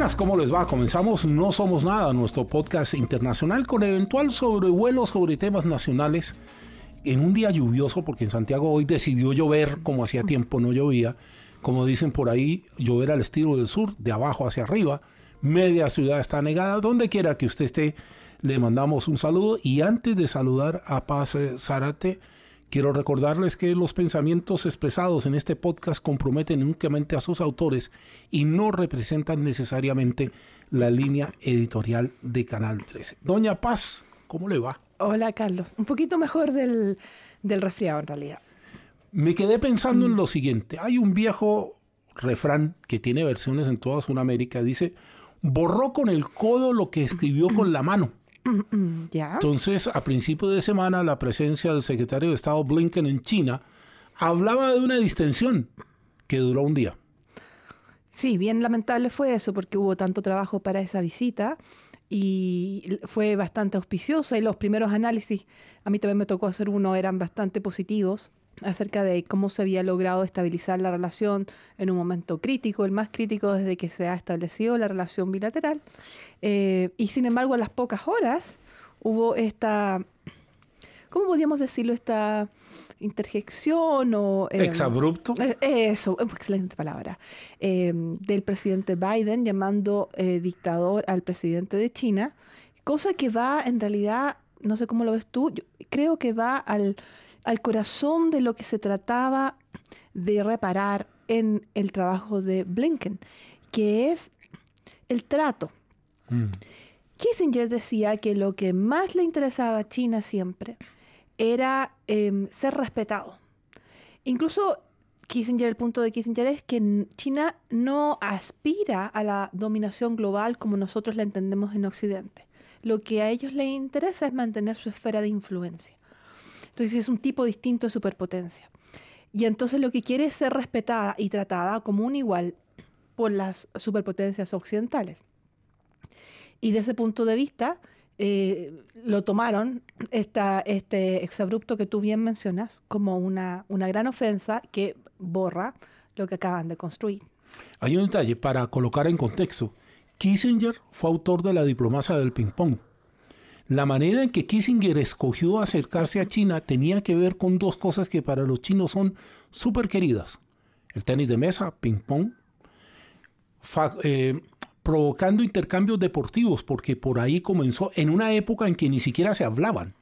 Buenas, ¿cómo les va? Comenzamos No Somos Nada, nuestro podcast internacional con eventual sobrevuelo sobre temas nacionales en un día lluvioso, porque en Santiago hoy decidió llover como hacía tiempo no llovía. Como dicen por ahí, llover al estilo del sur, de abajo hacia arriba. Media ciudad está anegada. Donde quiera que usted esté, le mandamos un saludo. Y antes de saludar a Paz Zárate, quiero recordarles que los pensamientos expresados en este podcast comprometen únicamente a sus autores y no representan necesariamente la línea editorial de Canal 13. Doña Paz, ¿cómo le va? Hola, Carlos. Un poquito mejor del resfriado, en realidad. Me quedé pensando en lo siguiente. Hay un viejo refrán que tiene versiones en toda Sudamérica. Dice, borró con el codo lo que escribió con la mano. ¿Ya? Entonces, a principios de semana, la presencia del secretario de Estado Blinken en China hablaba de una distensión que duró un día. Sí, bien lamentable fue eso, porque hubo tanto trabajo para esa visita y fue bastante auspiciosa, y los primeros análisis, a mí también me tocó hacer uno, eran bastante positivos acerca de cómo se había logrado estabilizar la relación en un momento crítico, el más crítico desde que se ha establecido la relación bilateral. Y sin embargo, a las pocas horas hubo esta, ¿cómo podríamos decirlo? Esta interjección o... ¿Exabrupto? Eso, excelente palabra. Del presidente Biden llamando dictador al presidente de China, cosa que va en realidad, no sé cómo lo ves tú, yo creo que va al corazón de lo que se trataba de reparar en el trabajo de Blinken, que es el trato. Kissinger decía que lo que más le interesaba a China siempre era ser respetado. Incluso Kissinger, el punto de Kissinger es que China no aspira a la dominación global como nosotros la entendemos en Occidente. Lo que a ellos les interesa es mantener su esfera de influencia. Entonces es un tipo distinto de superpotencia. Y entonces lo que quiere es ser respetada y tratada como un igual por las superpotencias occidentales. Y desde ese punto de vista lo tomaron, este exabrupto que tú bien mencionas, como una gran ofensa que borra lo que acaban de construir. Hay un detalle para colocar en contexto. Kissinger fue autor de la diplomacia del ping-pong. La manera en que Kissinger escogió acercarse a China tenía que ver con dos cosas que para los chinos son súper queridas. El tenis de mesa, ping-pong, provocando intercambios deportivos, porque por ahí comenzó en una época en que ni siquiera se hablaban.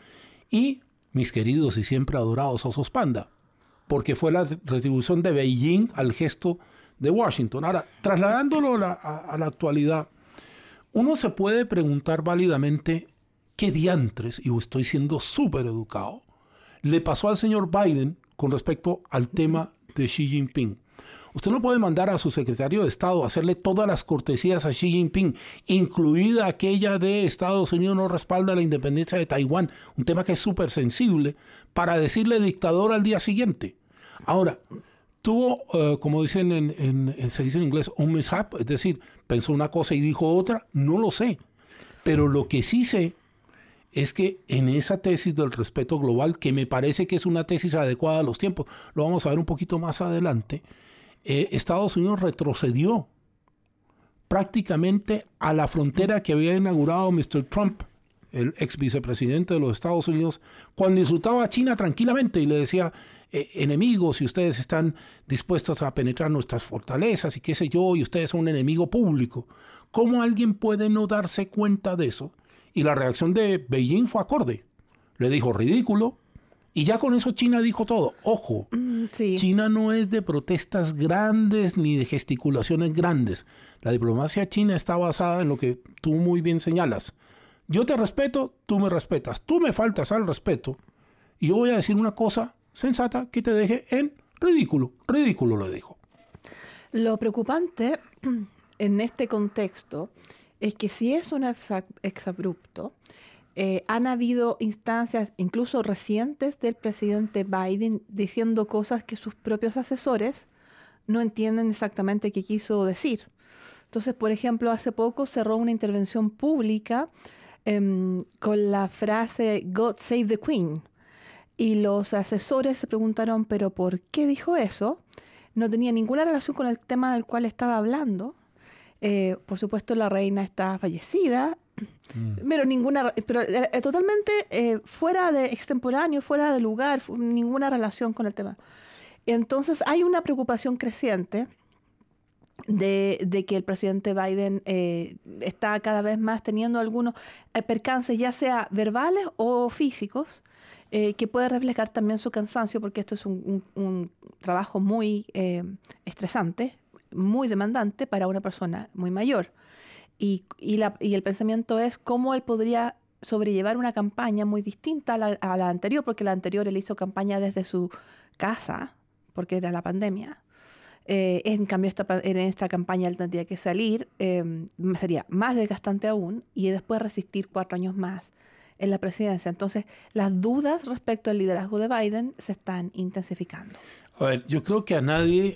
Y mis queridos y siempre adorados osos panda, porque fue la retribución de Beijing al gesto de Washington. Ahora, trasladándolo a la actualidad, uno se puede preguntar válidamente qué diantres, y estoy siendo súper educado, le pasó al señor Biden con respecto al tema de Xi Jinping. Usted no puede mandar a su secretario de Estado a hacerle todas las cortesías a Xi Jinping, incluida aquella de Estados Unidos no respalda la independencia de Taiwán, un tema que es súper sensible, para decirle dictador al día siguiente. Ahora, tuvo, como dicen se dice en inglés, un mishap, es decir, pensó una cosa y dijo otra, no lo sé. Pero lo que sí sé es que en esa tesis del respeto global, que me parece que es una tesis adecuada a los tiempos, lo vamos a ver un poquito más adelante, Estados Unidos retrocedió prácticamente a la frontera que había inaugurado Mr. Trump, el ex vicepresidente de los Estados Unidos, cuando insultaba a China tranquilamente y le decía, enemigos, si ustedes están dispuestos a penetrar nuestras fortalezas y qué sé yo, y ustedes son un enemigo público. ¿Cómo alguien puede no darse cuenta de eso? Y la reacción de Beijing fue acorde. Le dijo ridículo. Y ya con eso China dijo todo. Ojo, sí. China no es de protestas grandes ni de gesticulaciones grandes. La diplomacia china está basada en lo que tú muy bien señalas. Yo te respeto, tú me respetas. Tú me faltas al respeto y yo voy a decir una cosa sensata que te deje en ridículo. Ridículo, le dijo. Lo preocupante en este contexto es que si es un exabrupto, han habido instancias, incluso recientes, del presidente Biden diciendo cosas que sus propios asesores no entienden exactamente qué quiso decir. Entonces, por ejemplo, hace poco cerró una intervención pública con la frase God Save the Queen. Y los asesores se preguntaron, ¿pero por qué dijo eso? No tenía ninguna relación con el tema del cual estaba hablando. Por supuesto, la reina está fallecida, pero totalmente fuera de extemporáneo, fuera de lugar, ninguna relación con el tema. Entonces hay una preocupación creciente de que el presidente Biden está cada vez más teniendo algunos percances, ya sea verbales o físicos, que puede reflejar también su cansancio, porque esto es un trabajo muy estresante, muy demandante para una persona muy mayor. Y el pensamiento es cómo él podría sobrellevar una campaña muy distinta a la anterior, porque la anterior él hizo campaña desde su casa, porque era la pandemia. En cambio, en esta campaña él tendría que salir, sería más desgastante aún, y después resistir 4 años más en la presidencia. Entonces, las dudas respecto al liderazgo de Biden se están intensificando. A ver, yo creo que a nadie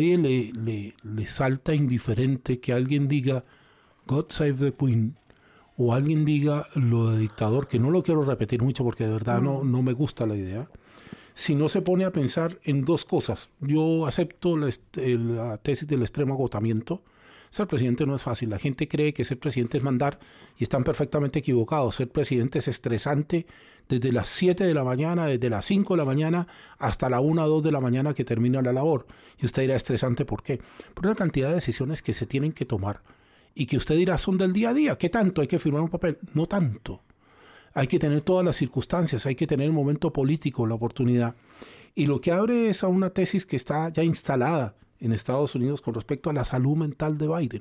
le salta indiferente que alguien diga God Save the Queen, o alguien diga lo de dictador, que no lo quiero repetir mucho porque de verdad no me gusta la idea, si no se pone a pensar en 2 cosas. Yo acepto la tesis del extremo agotamiento. Ser presidente no es fácil. La gente cree que ser presidente es mandar y están perfectamente equivocados. Ser presidente es estresante desde las 7 de la mañana, desde las 5 de la mañana hasta la 1 o 2 de la mañana que termina la labor. Y usted dirá, estresante, ¿por qué? Por una cantidad de decisiones que se tienen que tomar y que usted dirá son del día a día. ¿Qué tanto? ¿Hay que firmar un papel? No tanto. Hay que tener todas las circunstancias, hay que tener el momento político, la oportunidad. Y lo que abre es a una tesis que está ya instalada en Estados Unidos con respecto a la salud mental de Biden.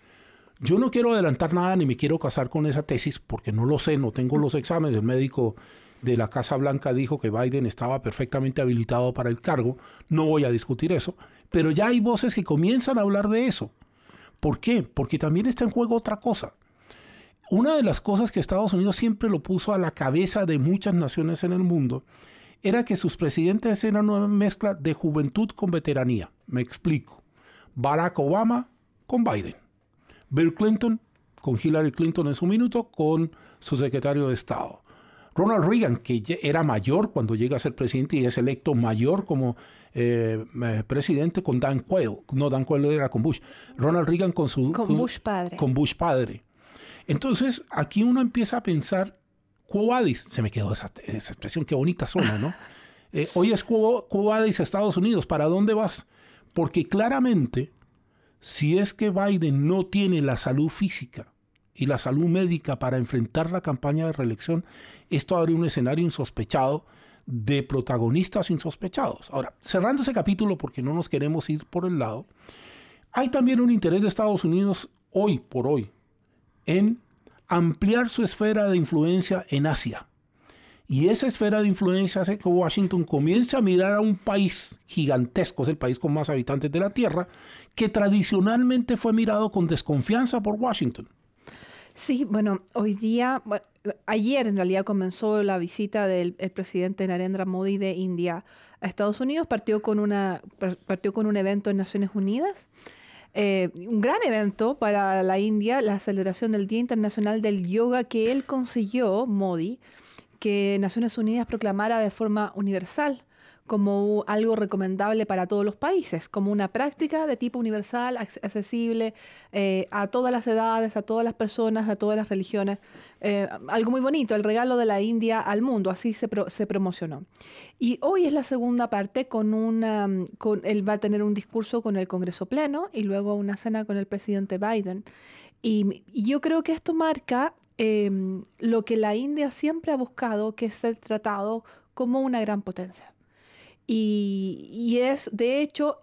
Yo no quiero adelantar nada ni me quiero casar con esa tesis porque no lo sé, no tengo los exámenes. El médico de la Casa Blanca dijo que Biden estaba perfectamente habilitado para el cargo. No voy a discutir eso, pero ya hay voces que comienzan a hablar de eso. ¿Por qué? Porque también está en juego otra cosa. Una de las cosas que Estados Unidos siempre lo puso a la cabeza de muchas naciones en el mundo era que sus presidentes eran una mezcla de juventud con veteranía. Me explico. Barack Obama con Biden. Bill Clinton con Hillary Clinton en su minuto con su secretario de Estado. Ronald Reagan, que era mayor cuando llega a ser presidente y es electo mayor como presidente con Dan Quayle. No, Dan Quayle era con Bush. Ronald Reagan con Bush padre. Con Bush padre. Entonces, aquí uno empieza a pensar, Quo Vadis, se me quedó esa expresión, qué bonita suena, ¿no? Hoy es Quo Vadis Estados Unidos, ¿para dónde vas? Porque claramente, si es que Biden no tiene la salud física y la salud médica para enfrentar la campaña de reelección, esto abre un escenario insospechado de protagonistas insospechados. Ahora, cerrando ese capítulo, porque no nos queremos ir por el lado, hay también un interés de Estados Unidos, hoy por hoy, en ampliar su esfera de influencia en Asia. Y esa esfera de influencia hace que Washington comience a mirar a un país gigantesco, es el país con más habitantes de la Tierra, que tradicionalmente fue mirado con desconfianza por Washington. Sí, bueno, ayer en realidad comenzó la visita del presidente Narendra Modi de India a Estados Unidos, partió con un evento en Naciones Unidas. Un gran evento para la India, la celebración del Día Internacional del Yoga, que él consiguió, Modi, que Naciones Unidas proclamara de forma universal como algo recomendable para todos los países, como una práctica de tipo universal, accesible a todas las edades, a todas las personas, a todas las religiones. Algo muy bonito, el regalo de la India al mundo, así se promocionó. Y hoy es la segunda parte, él va a tener un discurso con el Congreso Pleno y luego una cena con el presidente Biden. Y yo creo que esto marca lo que la India siempre ha buscado, que es ser tratado como una gran potencia. Y es, de hecho,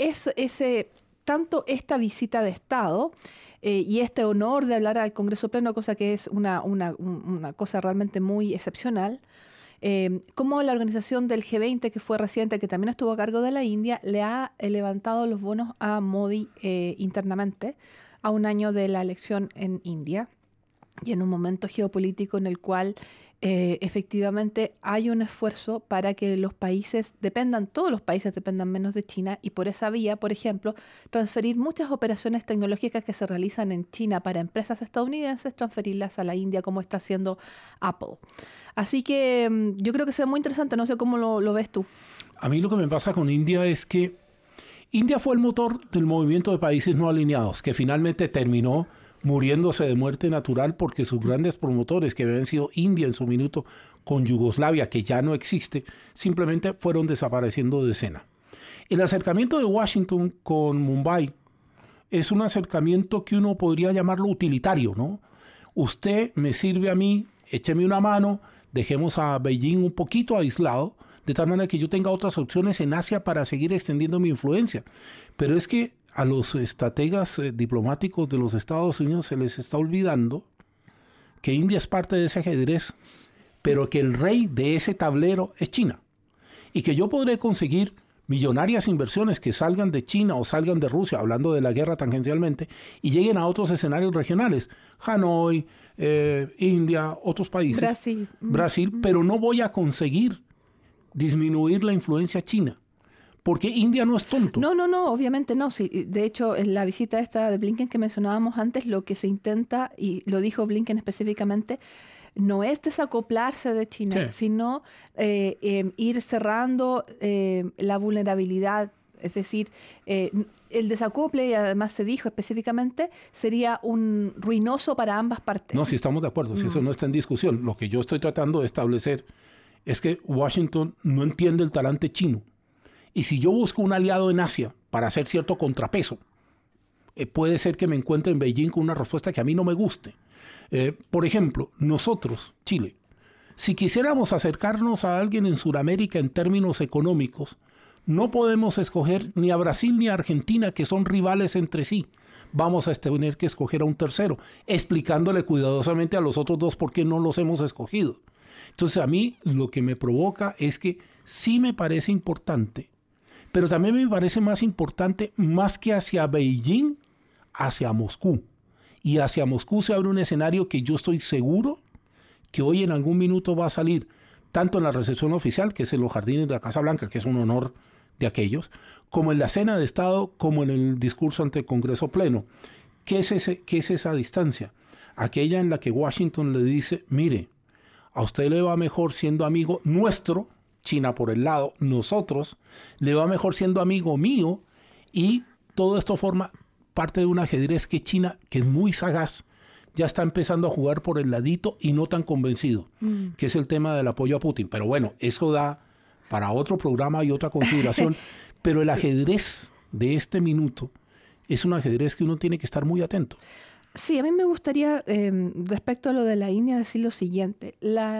tanto esta visita de Estado y este honor de hablar al Congreso Pleno, cosa que es una cosa realmente muy excepcional, como la organización del G20, que fue reciente, que también estuvo a cargo de la India, le ha levantado los bonos a Modi internamente a un año de la elección en India y en un momento geopolítico en el cual efectivamente hay un esfuerzo para que todos los países dependan menos de China, y por esa vía, por ejemplo, transferir muchas operaciones tecnológicas que se realizan en China para empresas estadounidenses, transferirlas a la India, como está haciendo Apple. Así que yo creo que sea muy interesante, no sé cómo lo ves tú. A mí lo que me pasa con India es que India fue el motor del movimiento de países no alineados, que finalmente terminó muriéndose de muerte natural porque sus grandes promotores, que habían sido India en su minuto con Yugoslavia, que ya no existe, simplemente fueron desapareciendo de escena. El acercamiento de Washington con Mumbai es un acercamiento que uno podría llamarlo utilitario, ¿no? Usted me sirve a mí, écheme una mano, dejemos a Beijing un poquito aislado, de tal manera que yo tenga otras opciones en Asia para seguir extendiendo mi influencia. Pero es que a los estrategas diplomáticos de los Estados Unidos se les está olvidando que India es parte de ese ajedrez, pero que el rey de ese tablero es China. Y que yo podré conseguir millonarias inversiones que salgan de China o salgan de Rusia, hablando de la guerra tangencialmente, y lleguen a otros escenarios regionales. Hanoi, India, otros países. Brasil, pero no voy a conseguir disminuir la influencia china. Porque India no es tonto. No, obviamente no. Sí, de hecho, en la visita esta de Blinken que mencionábamos antes, lo que se intenta, y lo dijo Blinken específicamente, no es desacoplarse de China, sino ir cerrando la vulnerabilidad. Es decir, el desacople, y además se dijo específicamente, sería un ruinoso para ambas partes. No, si estamos de acuerdo, si eso no está en discusión. Lo que yo estoy tratando de establecer es que Washington no entiende el talante chino. Y si yo busco un aliado en Asia para hacer cierto contrapeso, puede ser que me encuentre en Beijing con una respuesta que a mí no me guste. Por ejemplo, nosotros, Chile, si quisiéramos acercarnos a alguien en Sudamérica en términos económicos, no podemos escoger ni a Brasil ni a Argentina, que son rivales entre sí. Vamos a tener que escoger a un tercero, explicándole cuidadosamente a los otros dos por qué no los hemos escogido. Entonces a mí lo que me provoca es que sí me parece importante, pero también me parece más importante, más que hacia Beijing, hacia Moscú. Y hacia Moscú se abre un escenario que yo estoy seguro que hoy en algún minuto va a salir, tanto en la recepción oficial, que es en los jardines de la Casa Blanca, que es un honor de aquellos, como en la cena de Estado, como en el discurso ante el Congreso Pleno. ¿Qué es esa distancia? Aquella en la que Washington le dice, mire, a usted le va mejor siendo amigo nuestro, China por el lado, nosotros, le va mejor siendo amigo mío, y todo esto forma parte de un ajedrez que China, que es muy sagaz, ya está empezando a jugar por el ladito y no tan convencido, que es el tema del apoyo a Putin. Pero bueno, eso da para otro programa y otra consideración, pero el ajedrez de este minuto es un ajedrez que uno tiene que estar muy atento. Sí, a mí me gustaría, respecto a lo de la India, decir lo siguiente.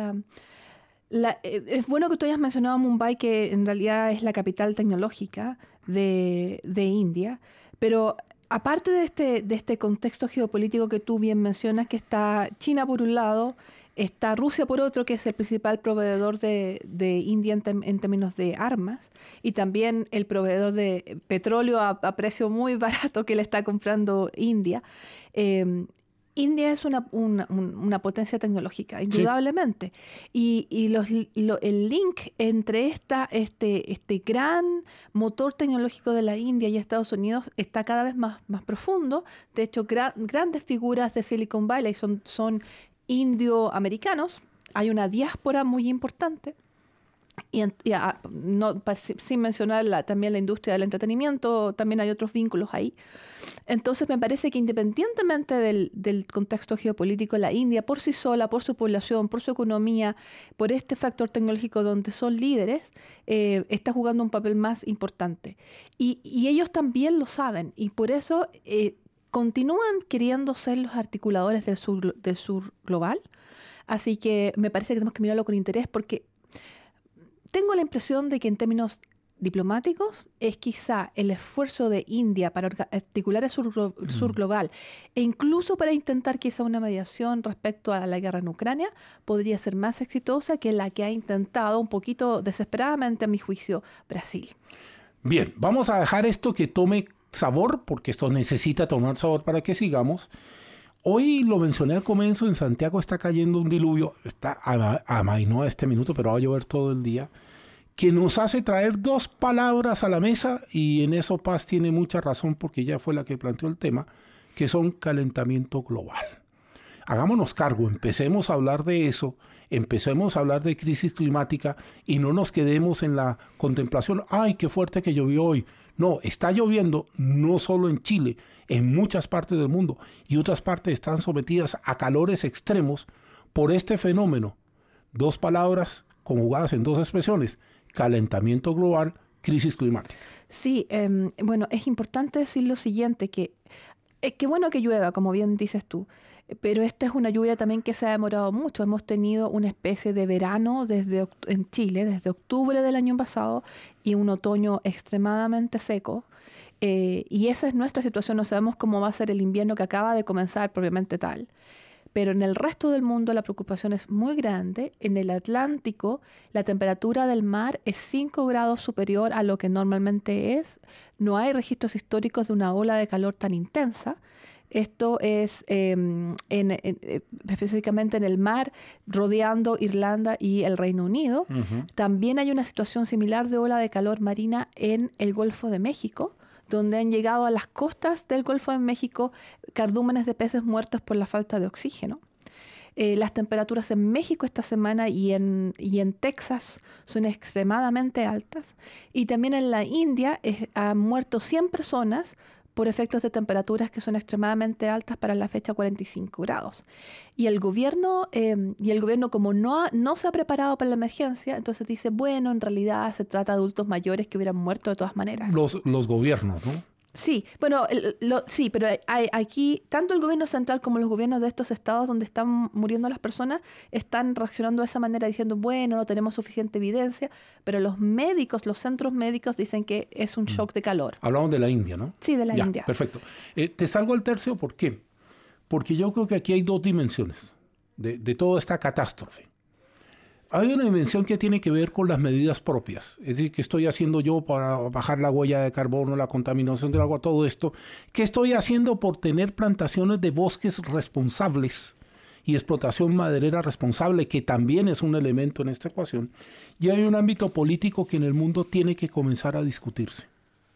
Es bueno que tú hayas mencionado a Mumbai, que en realidad es la capital tecnológica de India, pero aparte de este contexto geopolítico que tú bien mencionas, que está China por un lado, está Rusia por otro, que es el principal proveedor de India en términos de armas, y también el proveedor de petróleo a precio muy barato que le está comprando India. India es una potencia tecnológica, indudablemente. Sí. El link entre este gran motor tecnológico de la India y Estados Unidos está cada vez más profundo. De hecho, grandes figuras de Silicon Valley son indioamericanos. Hay una diáspora muy importante. Sin mencionar también la industria del entretenimiento, también hay otros vínculos ahí. Entonces me parece que independientemente del contexto geopolítico, la India por sí sola, por su población, por su economía, por este factor tecnológico donde son líderes, está jugando un papel más importante. Y ellos también lo saben, y por eso continúan queriendo ser los articuladores del sur global. Así que me parece que tenemos que mirarlo con interés, porque tengo la impresión de que en términos diplomáticos es quizá el esfuerzo de India para articular el sur global, e incluso para intentar quizá una mediación respecto a la guerra en Ucrania, podría ser más exitosa que la que ha intentado un poquito desesperadamente, a mi juicio, Brasil. Bien, vamos a dejar esto que tome sabor, porque esto necesita tomar sabor para que sigamos. Hoy lo mencioné al comienzo, en Santiago está cayendo un diluvio, está amainó este minuto, pero va a llover todo el día, que nos hace traer dos palabras a la mesa, y en eso Paz tiene mucha razón porque ella fue la que planteó el tema, que son calentamiento global. Hagámonos cargo, empecemos a hablar de eso empecemos a hablar de crisis climática y no nos quedemos en la contemplación, ¡ay, qué fuerte que llovió hoy! No, está lloviendo no solo en Chile, en muchas partes del mundo, y otras partes están sometidas a calores extremos por este fenómeno. 2 palabras conjugadas en 2 expresiones: calentamiento global, crisis climática. Sí, bueno, es importante decir lo siguiente, que qué bueno que llueva, como bien dices tú, pero esta es una lluvia también que se ha demorado mucho. Hemos tenido una especie de verano en Chile desde octubre del año pasado y un otoño extremadamente seco. Y esa es nuestra situación. No sabemos cómo va a ser el invierno que acaba de comenzar propiamente tal. Pero en el resto del mundo la preocupación es muy grande. En el Atlántico la temperatura del mar es 5 grados superior a lo que normalmente es. No hay registros históricos de una ola de calor tan intensa. Esto es específicamente en el mar rodeando Irlanda y el Reino Unido. Uh-huh. También hay una situación similar de ola de calor marina en el Golfo de México, donde han llegado a las costas del Golfo de México cardúmenes de peces muertos por la falta de oxígeno. Las temperaturas en México esta semana y en Texas son extremadamente altas. Y también en la India han muerto 100 personas por efectos de temperaturas que son extremadamente altas para la fecha 45 grados. Y el gobierno como no se ha preparado para la emergencia, entonces dice, bueno, en realidad se trata de adultos mayores que hubieran muerto de todas maneras. Los gobiernos, ¿no? Sí, bueno, sí, pero hay aquí tanto el gobierno central como los gobiernos de estos estados donde están muriendo las personas están reaccionando de esa manera diciendo, bueno, no tenemos suficiente evidencia, pero los centros médicos dicen que es un shock de calor. Hablamos de la India, ¿no? Sí, de la India. Perfecto. Te salgo al tercio, ¿por qué? Porque yo creo que aquí hay 2 dimensiones de toda esta catástrofe. Hay una dimensión que tiene que ver con las medidas propias, es decir, ¿qué estoy haciendo yo para bajar la huella de carbono, la contaminación del agua, todo esto? ¿Qué estoy haciendo por tener plantaciones de bosques responsables y explotación maderera responsable, que también es un elemento en esta ecuación? Y hay un ámbito político que en el mundo tiene que comenzar a discutirse.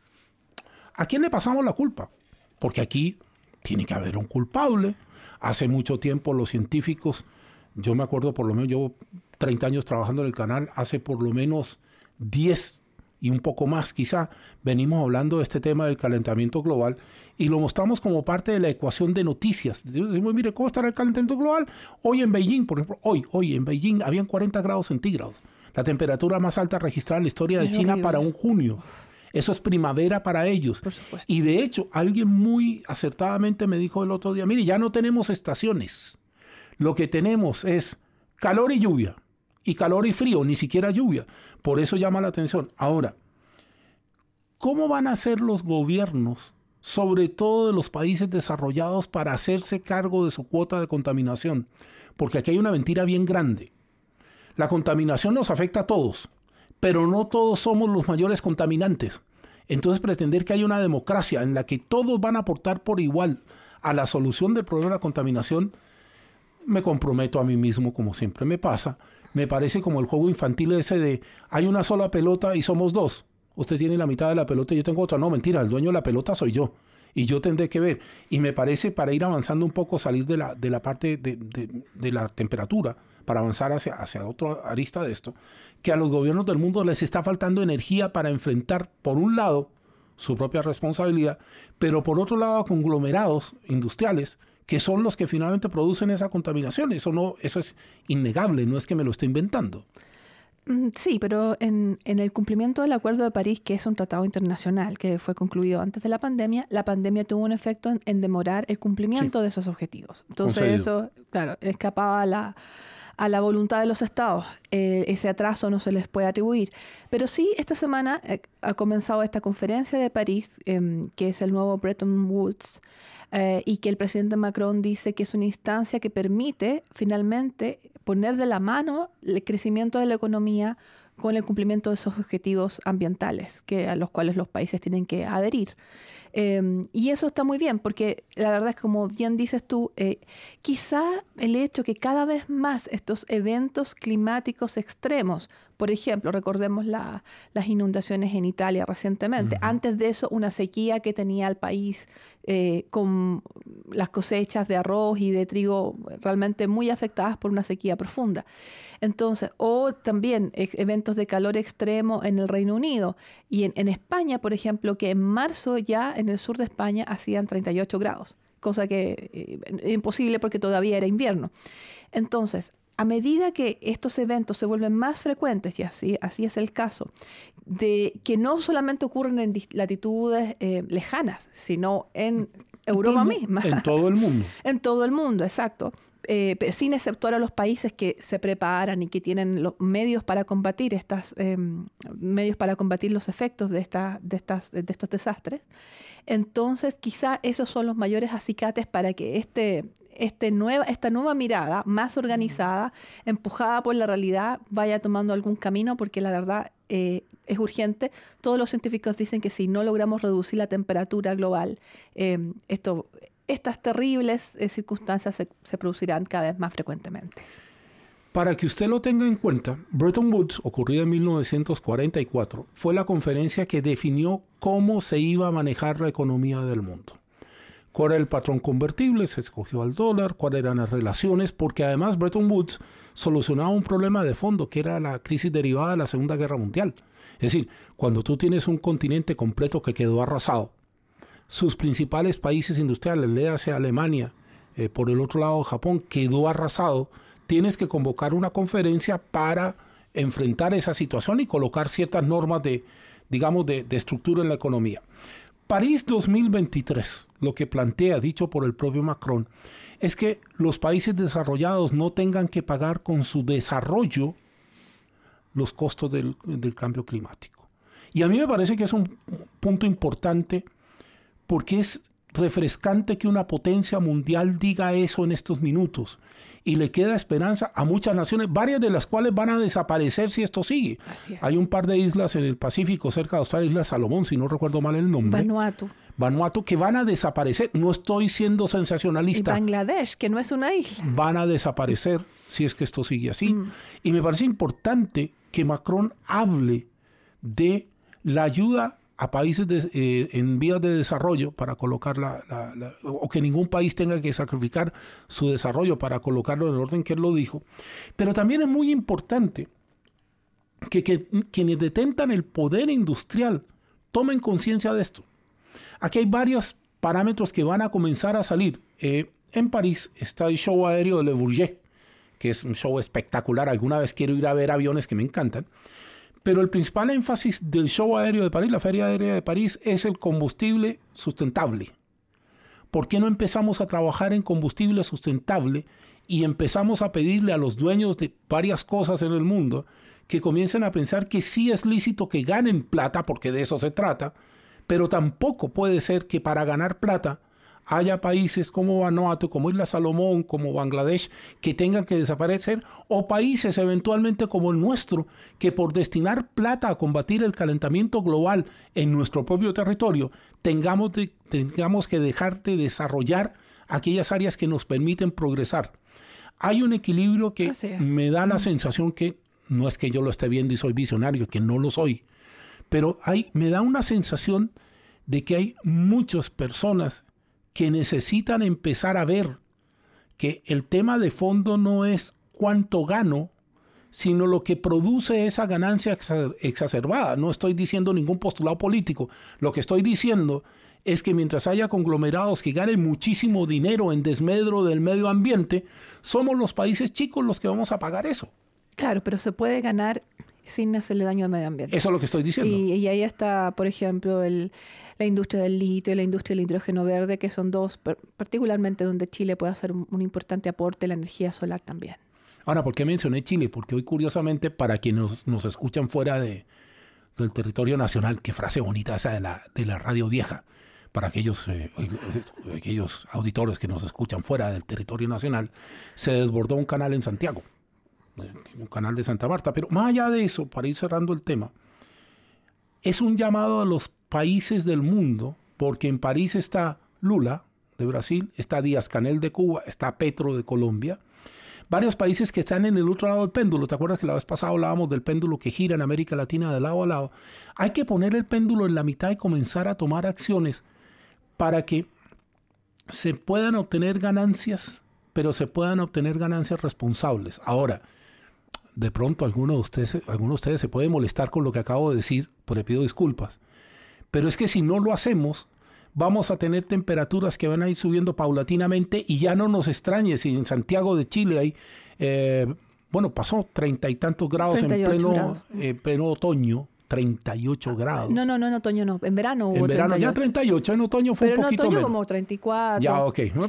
¿A quién le pasamos la culpa? Porque aquí tiene que haber un culpable. Hace mucho tiempo los científicos, yo me acuerdo por lo menos, yo 30 años trabajando en el canal, hace por lo menos 10 y un poco más quizá, venimos hablando de este tema del calentamiento global y lo mostramos como parte de la ecuación de noticias. Decimos, mire, ¿cómo estará el calentamiento global? Hoy en Beijing, por ejemplo, hoy en Beijing habían 40 grados centígrados, la temperatura más alta registrada en la historia de China para un junio. Eso es primavera para ellos. Por supuesto. Y de hecho, alguien muy acertadamente me dijo el otro día, mire, ya no tenemos estaciones. Lo que tenemos es calor y lluvia. Y calor y frío, ni siquiera lluvia. Por eso llama la atención. Ahora, ¿cómo van a hacer los gobiernos, sobre todo de los países desarrollados, para hacerse cargo de su cuota de contaminación? Porque aquí hay una mentira bien grande. La contaminación nos afecta a todos, pero no todos somos los mayores contaminantes. Entonces, pretender que haya una democracia en la que todos van a aportar por igual a la solución del problema de la contaminación, me comprometo a mí mismo, como siempre me pasa. Me parece como el juego infantil ese de hay una sola pelota y somos 2. Usted tiene la mitad de la pelota y yo tengo otra. No, mentira, el dueño de la pelota soy yo. Y yo tendré que ver. Y me parece, para ir avanzando un poco, salir de la parte de la temperatura, para avanzar hacia otra arista de esto, que a los gobiernos del mundo les está faltando energía para enfrentar, por un lado, su propia responsabilidad, pero por otro lado, a conglomerados industriales que son los que finalmente producen esa contaminación. Eso es innegable, no es que me lo esté inventando. Sí, pero en el cumplimiento del Acuerdo de París, que es un tratado internacional que fue concluido antes de la pandemia tuvo un efecto en demorar el cumplimiento de esos objetivos. Entonces eso, claro, escapaba a la voluntad de los estados. Ese atraso no se les puede atribuir. Pero sí, esta semana ha comenzado esta conferencia de París, que es el nuevo Bretton Woods, y que el presidente Macron dice que es una instancia que permite finalmente poner de la mano el crecimiento de la economía con el cumplimiento de esos objetivos ambientales a los cuales los países tienen que adherir. Y eso está muy bien, porque la verdad es que, como bien dices tú, quizá el hecho que cada vez más estos eventos climáticos extremos, por ejemplo, recordemos las inundaciones en Italia recientemente. Antes de eso, una sequía que tenía el país con las cosechas de arroz y de trigo realmente muy afectadas por una sequía profunda. Entonces, o también eventos de calor extremo en el Reino Unido. Y en España, por ejemplo, que en marzo ya en el sur de España hacían 38 grados, cosa que es imposible porque todavía era invierno. Entonces, a medida que estos eventos se vuelven más frecuentes, y así es el caso, de que no solamente ocurren en latitudes lejanas, sino en Europa misma. En todo el mundo. En todo el mundo, exacto. Sin exceptuar a los países que se preparan y que tienen los medios para combatir los efectos de estos desastres. Entonces, quizá esos son los mayores acicates para que esta nueva mirada más organizada, empujada por la realidad, vaya tomando algún camino, porque la verdad es urgente. Todos los científicos dicen que si no logramos reducir la temperatura global, estas terribles circunstancias se producirán cada vez más frecuentemente. Para que usted lo tenga en cuenta, Bretton Woods, ocurrida en 1944, fue la conferencia que definió cómo se iba a manejar la economía del mundo. ¿Cuál era el patrón convertible? Se escogió al dólar. ¿Cuáles eran las relaciones? Porque además Bretton Woods solucionaba un problema de fondo, que era la crisis derivada de la Segunda Guerra Mundial. Es decir, cuando tú tienes un continente completo que quedó arrasado, sus principales países industriales, léase Alemania, por el otro lado Japón, quedó arrasado, tienes que convocar una conferencia para enfrentar esa situación y colocar ciertas normas de estructura en la economía. París 2023, lo que plantea, dicho por el propio Macron, es que los países desarrollados no tengan que pagar con su desarrollo los costos del cambio climático. Y a mí me parece que es un punto importante, porque es refrescante que una potencia mundial diga eso en estos minutos, y le queda esperanza a muchas naciones, varias de las cuales van a desaparecer si esto sigue. Hay un par de islas en el Pacífico, cerca de Australia, Isla Salomón, si no recuerdo mal el nombre. Vanuatu, que van a desaparecer. No estoy siendo sensacionalista. Y Bangladesh, que no es una isla. Van a desaparecer si es que esto sigue así. Y me parece importante que Macron hable de la ayuda a países en vías de desarrollo para colocar o que ningún país tenga que sacrificar su desarrollo para colocarlo en el orden que él lo dijo. Pero también es muy importante que quienes detentan el poder industrial tomen conciencia de esto. Aquí hay varios parámetros que van a comenzar a salir. En París está el show aéreo de Le Bourget, que es un show espectacular. Alguna vez quiero ir a ver aviones que me encantan. Pero el principal énfasis del show aéreo de París, la Feria Aérea de París, es el combustible sustentable. ¿Por qué no empezamos a trabajar en combustible sustentable y empezamos a pedirle a los dueños de varias cosas en el mundo que comiencen a pensar que sí es lícito que ganen plata, porque de eso se trata, pero tampoco puede ser que para ganar plata haya países como Vanuatu, como Isla Salomón, como Bangladesh, que tengan que desaparecer, o países eventualmente como el nuestro, que por destinar plata a combatir el calentamiento global en nuestro propio territorio, tengamos que dejar de desarrollar aquellas áreas que nos permiten progresar. Hay un equilibrio que me da la sensación que, no es que yo lo esté viendo y soy visionario, que no lo soy, pero me da una sensación de que hay muchas personas que necesitan empezar a ver que el tema de fondo no es cuánto gano, sino lo que produce esa ganancia exacerbada. No estoy diciendo ningún postulado político. Lo que estoy diciendo es que mientras haya conglomerados que ganen muchísimo dinero en desmedro del medio ambiente, somos los países chicos los que vamos a pagar eso. Claro, pero se puede ganar sin hacerle daño al medio ambiente. Eso es lo que estoy diciendo. Y ahí está, por ejemplo, la industria del litio y la industria del hidrógeno verde, que son dos, particularmente donde Chile puede hacer un importante aporte a la energía solar también. Ahora, ¿por qué mencioné Chile? Porque hoy, curiosamente, para quienes nos escuchan fuera del territorio nacional, qué frase bonita esa de la radio vieja, para aquellos auditores que nos escuchan fuera del territorio nacional, se desbordó un canal en Santiago, un canal de Santa Marta. Pero más allá de eso, para ir cerrando el tema, es un llamado a los países del mundo porque en París está Lula de Brasil, está Díaz-Canel de Cuba, está Petro de Colombia, varios países que están en el otro lado del péndulo. ¿Te acuerdas que la vez pasada hablábamos del péndulo que gira en América Latina de lado a lado? Hay que poner el péndulo en la mitad y comenzar a tomar acciones para que se puedan obtener ganancias, pero se puedan obtener ganancias responsables. Ahora, de pronto alguno de ustedes se puede molestar con lo que acabo de decir, pues le pido disculpas. Pero es que si no lo hacemos, vamos a tener temperaturas que van a ir subiendo paulatinamente y ya no nos extrañe si en Santiago de Chile hay, pasó 30 y tantos grados en pleno otoño, 38 grados. No, en otoño no, en verano hubo 38. En verano ya 38, en otoño fue un poquito menos. Pero en otoño como 34. Ya, ok. Sí.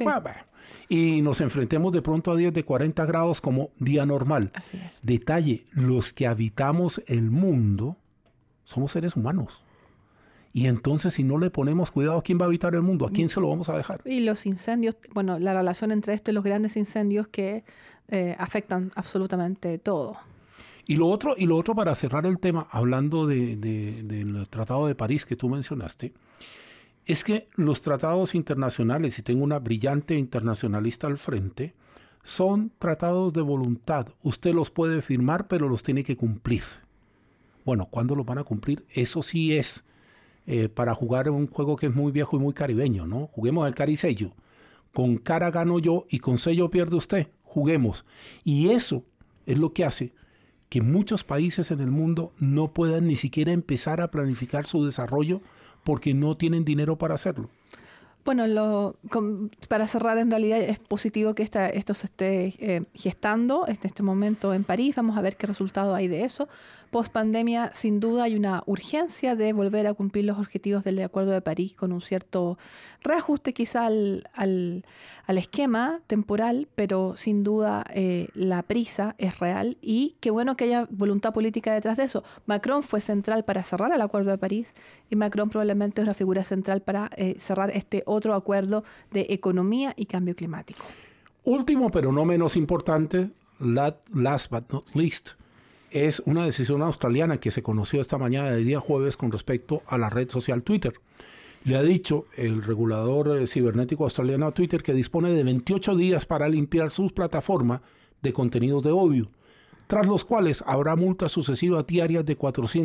Y nos enfrentemos de pronto a días de 40 grados como día normal. Así es. Detalle, los que habitamos el mundo somos seres humanos. Y entonces, si no le ponemos cuidado, ¿quién va a habitar el mundo? ¿A quién se lo vamos a dejar? Y los incendios, la relación entre esto y los grandes incendios que afectan absolutamente todo. Y lo otro para cerrar el tema, hablando del Tratado de París que tú mencionaste, es que los tratados internacionales, y tengo una brillante internacionalista al frente, son tratados de voluntad. Usted los puede firmar, pero los tiene que cumplir. Bueno, ¿cuándo los van a cumplir? Eso sí es para jugar un juego que es muy viejo y muy caribeño, ¿no? Juguemos al caricello. Con cara gano yo y con sello pierde usted. Juguemos. Y eso es lo que hace que muchos países en el mundo no puedan ni siquiera empezar a planificar su desarrollo porque no tienen dinero para hacerlo. Bueno, para cerrar, en realidad es positivo que esto se esté gestando en este momento en París. Vamos a ver qué resultado hay de eso. Post pandemia, sin duda, hay una urgencia de volver a cumplir los objetivos del Acuerdo de París con un cierto reajuste quizá al esquema temporal, pero sin duda la prisa es real y qué bueno que haya voluntad política detrás de eso. Macron fue central para cerrar el Acuerdo de París y Macron probablemente es una figura central para cerrar este otro acuerdo de economía y cambio climático. Último, pero no menos importante, last but not least, es una decisión australiana que se conoció esta mañana de día jueves con respecto a la red social Twitter. Le ha dicho el regulador cibernético australiano a Twitter que dispone de 28 días para limpiar sus plataformas de contenidos de odio, tras los cuales habrá multas sucesivas diarias de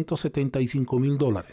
$475,000.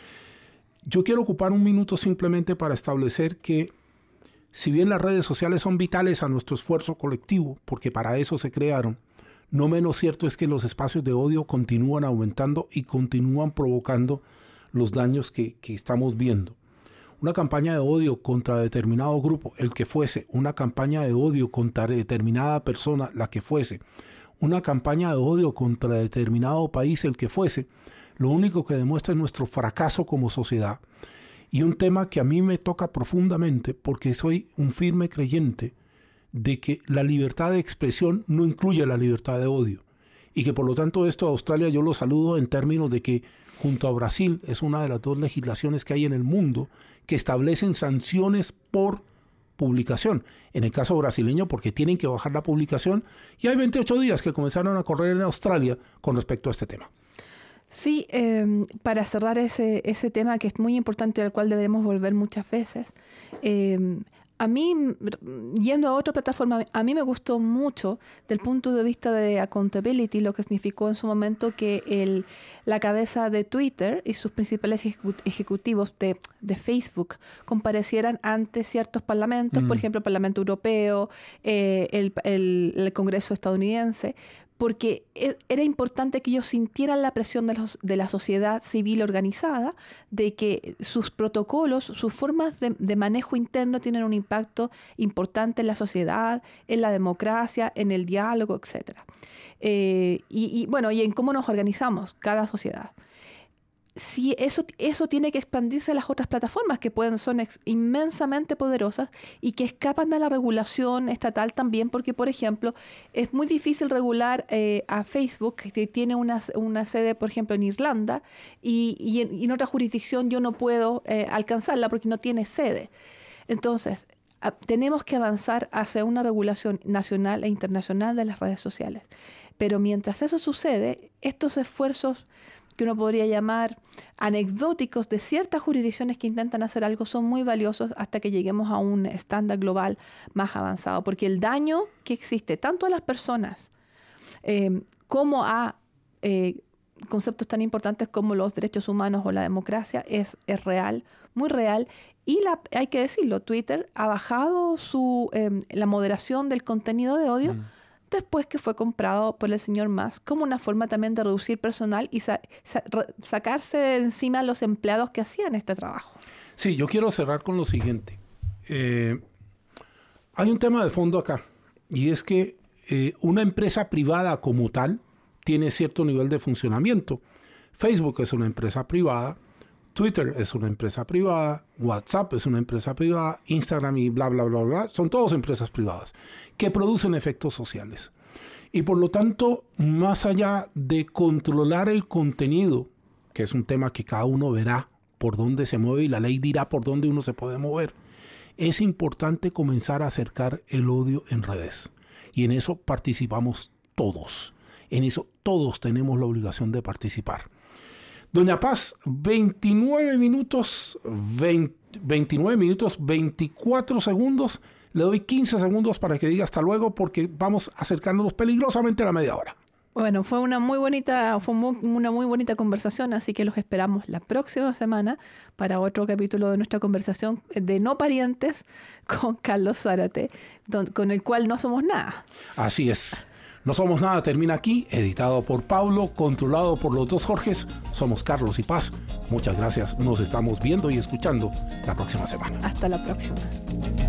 Yo quiero ocupar un minuto simplemente para establecer que, si bien las redes sociales son vitales a nuestro esfuerzo colectivo, porque para eso se crearon, no menos cierto es que los espacios de odio continúan aumentando y continúan provocando los daños que estamos viendo. Una campaña de odio contra determinado grupo, el que fuese, una campaña de odio contra determinada persona, la que fuese, una campaña de odio contra determinado país, el que fuese, lo único que demuestra es nuestro fracaso como sociedad. Y un tema que a mí me toca profundamente porque soy un firme creyente de que la libertad de expresión no incluye la libertad de odio. Y que por lo tanto esto a Australia yo lo saludo en términos de que junto a Brasil es una de las dos legislaciones que hay en el mundo que establecen sanciones por publicación. En el caso brasileño porque tienen que bajar la publicación y hay 28 días que comenzaron a correr en Australia con respecto a este tema. Sí, para cerrar ese tema que es muy importante al cual debemos volver muchas veces, a mí, yendo a otra plataforma, a mí me gustó mucho del punto de vista de accountability, lo que significó en su momento que la cabeza de Twitter y sus principales ejecutivos de Facebook comparecieran ante ciertos parlamentos, por ejemplo, el Parlamento Europeo, el Congreso estadounidense, porque era importante que ellos sintieran la presión de la sociedad civil organizada, de que sus protocolos, sus formas de manejo interno tienen un impacto importante en la sociedad, en la democracia, en el diálogo, etc. Y en cómo nos organizamos cada sociedad. Si eso tiene que expandirse a las otras plataformas que son inmensamente poderosas y que escapan a la regulación estatal también, porque, por ejemplo, es muy difícil regular a Facebook, que tiene una sede, por ejemplo, en Irlanda, y en otra jurisdicción yo no puedo alcanzarla porque no tiene sede. Entonces, tenemos que avanzar hacia una regulación nacional e internacional de las redes sociales. Pero mientras eso sucede, estos esfuerzos que uno podría llamar anecdóticos de ciertas jurisdicciones que intentan hacer algo son muy valiosos hasta que lleguemos a un estándar global más avanzado, porque el daño que existe tanto a las personas como a conceptos tan importantes como los derechos humanos o la democracia es real, muy real. Y hay que decirlo, Twitter ha bajado la moderación del contenido de odio después que fue comprado por el señor Musk, como una forma también de reducir personal y sacarse de encima a los empleados que hacían este trabajo. Sí, yo quiero cerrar con lo siguiente. Hay un tema de fondo acá, y es que una empresa privada como tal tiene cierto nivel de funcionamiento. Facebook es una empresa privada, Twitter es una empresa privada, WhatsApp es una empresa privada, Instagram y bla, bla, bla, bla, son todas empresas privadas que producen efectos sociales. Y por lo tanto, más allá de controlar el contenido, que es un tema que cada uno verá por dónde se mueve y la ley dirá por dónde uno se puede mover, es importante comenzar a acercar el odio en redes. Y en eso participamos todos. En eso todos tenemos la obligación de participar. Doña Paz, 29 minutos 24 segundos. Le doy 15 segundos para que diga hasta luego porque vamos acercándonos peligrosamente a la media hora. Bueno, fue una muy bonita conversación, así que los esperamos la próxima semana para otro capítulo de nuestra conversación de No Parientes con Carlos Zárate, con el cual no somos nada. Así es. No somos nada termina aquí, editado por Pablo, controlado por los dos Jorges. Somos Carlos y Paz. Muchas gracias. Nos estamos viendo y escuchando la próxima semana. Hasta la próxima.